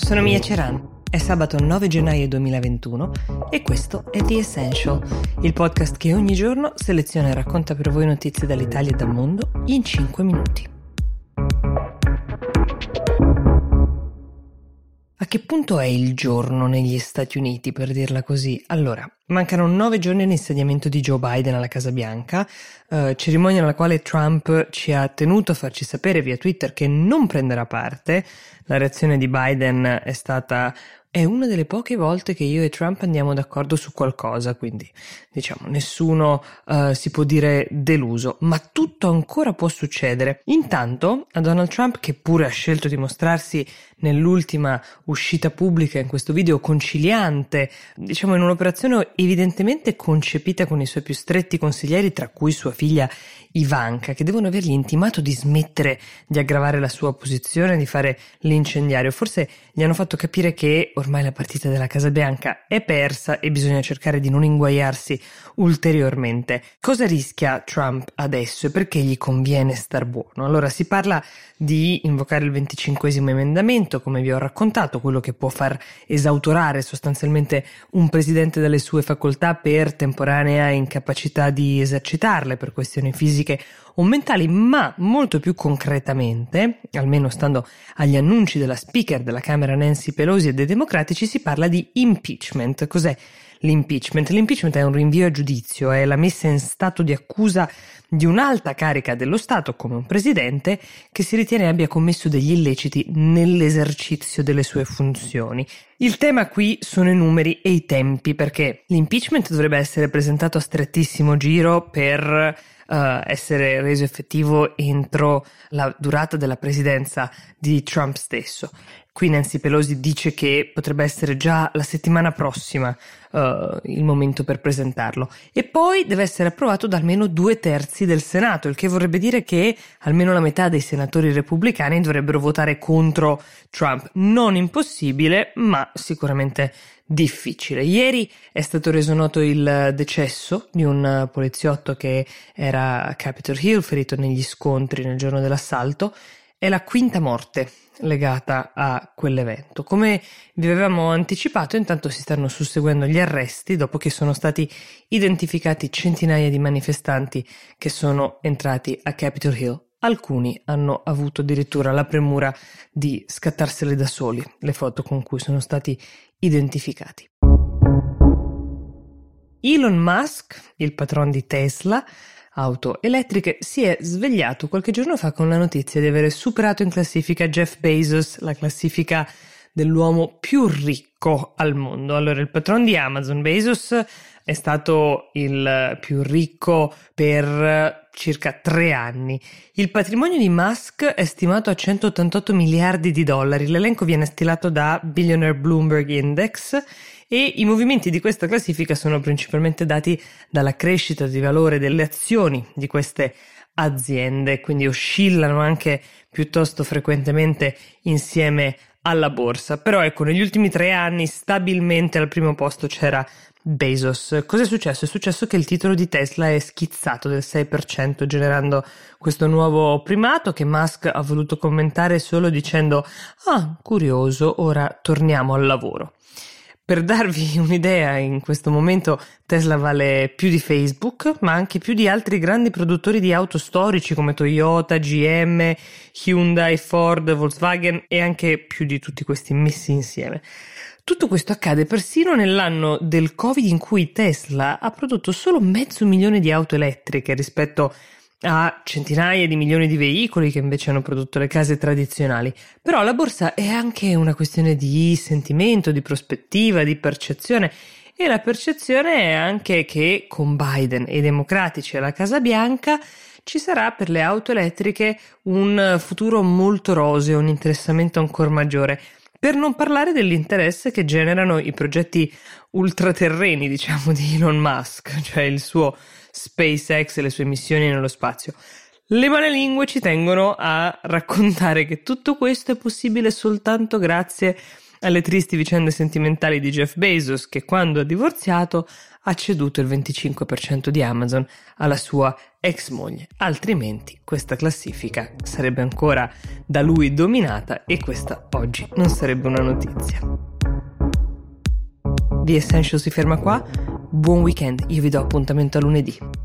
sono Mia Ceran. È sabato 9 gennaio 2021 e questo è The Essential, il podcast che ogni giorno seleziona e racconta per voi notizie dall'Italia e dal mondo in 5 minuti. A che punto è il giorno negli Stati Uniti, per dirla così? Allora, mancano 9 giorni all'insediamento di Joe Biden alla Casa Bianca, cerimonia nella quale Trump ci ha tenuto a farci sapere via Twitter che non prenderà parte. La reazione di Biden è stata: è una delle poche volte che io e Trump andiamo d'accordo su qualcosa, quindi diciamo nessuno si può dire deluso, ma tutto ancora può succedere. Intanto a Donald Trump, che pure ha scelto di mostrarsi nell'ultima uscita pubblica in questo video conciliante, diciamo in un'operazione evidentemente concepita con i suoi più stretti consiglieri, tra cui sua figlia Ivanka, che devono avergli intimato di smettere di aggravare la sua posizione, di fare l'incendiario. Forse gli hanno fatto capire che ormai la partita della Casa Bianca è persa e bisogna cercare di non inguaiarsi ulteriormente. Cosa rischia Trump adesso e perché gli conviene star buono? Allora, si parla di invocare il 25esimo emendamento, come vi ho raccontato, quello che può far esautorare sostanzialmente un presidente dalle sue facoltà per temporanea incapacità di esercitarle per questioni fisiche o mentali, ma molto più concretamente, almeno stando agli annunci della speaker della Camera Nancy Pelosi e dei democratici, si parla di impeachment. Cos'è l'impeachment? L'impeachment è un rinvio a giudizio, è la messa in stato di accusa di un'alta carica dello Stato, come un presidente, che si ritiene abbia commesso degli illeciti nell'esercizio delle sue funzioni. Il tema qui sono i numeri e i tempi, perché l'impeachment dovrebbe essere presentato a strettissimo giro per essere reso effettivo entro la durata della presidenza di Trump stesso. Qui Nancy Pelosi dice che potrebbe essere già la settimana prossima il momento per presentarlo, e poi deve essere approvato da almeno 2/3 del Senato, il che vorrebbe dire che almeno la metà dei senatori repubblicani dovrebbero votare contro Trump. Non impossibile, ma sicuramente difficile. Ieri è stato reso noto il decesso di un poliziotto che era a Capitol Hill, ferito negli scontri nel giorno dell'assalto. È la quinta morte legata a quell'evento. Come vi avevamo anticipato, intanto si stanno susseguendo gli arresti dopo che sono stati identificati centinaia di manifestanti che sono entrati a Capitol Hill. Alcuni hanno avuto addirittura la premura di scattarsele da soli, le foto con cui sono stati identificati. Elon Musk, il patron di Tesla, auto elettriche, si è svegliato qualche giorno fa con la notizia di aver superato in classifica Jeff Bezos, la classifica dell'uomo più ricco al mondo. Allora, il patron di Amazon, Bezos, è stato il più ricco per circa 3 anni. Il patrimonio di Musk è stimato a 188 miliardi di dollari. L'elenco viene stilato da Billionaire Bloomberg Index e i movimenti di questa classifica sono principalmente dati dalla crescita di valore delle azioni di queste aziende, quindi oscillano anche piuttosto frequentemente insieme alla borsa. Però ecco, negli ultimi 3 anni stabilmente al primo posto c'era Bezos. Cosa è successo? È successo che il titolo di Tesla è schizzato del 6%, generando questo nuovo primato che Musk ha voluto commentare solo dicendo: ah, curioso, ora torniamo al lavoro. Per darvi un'idea, in questo momento Tesla vale più di Facebook, ma anche più di altri grandi produttori di auto storici come Toyota, GM, Hyundai, Ford, Volkswagen e anche più di tutti questi messi insieme. Tutto questo accade persino nell'anno del Covid, in cui Tesla ha prodotto solo 500.000 di auto elettriche rispetto a centinaia di milioni di veicoli che invece hanno prodotto le case tradizionali. Però la borsa è anche una questione di sentimento, di prospettiva, di percezione, e la percezione è anche che con Biden e i democratici alla Casa Bianca ci sarà per le auto elettriche un futuro molto roseo, un interessamento ancora maggiore. Per non parlare dell'interesse che generano i progetti ultraterreni, diciamo, di Elon Musk, cioè il suo SpaceX e le sue missioni nello spazio. Le malalingue ci tengono a raccontare che tutto questo è possibile soltanto grazie alle tristi vicende sentimentali di Jeff Bezos, che quando ha divorziato ha ceduto il 25% di Amazon alla sua ex moglie, altrimenti questa classifica sarebbe ancora da lui dominata e questa oggi non sarebbe una notizia. The Essential si ferma qua, buon weekend, io vi do appuntamento a lunedì.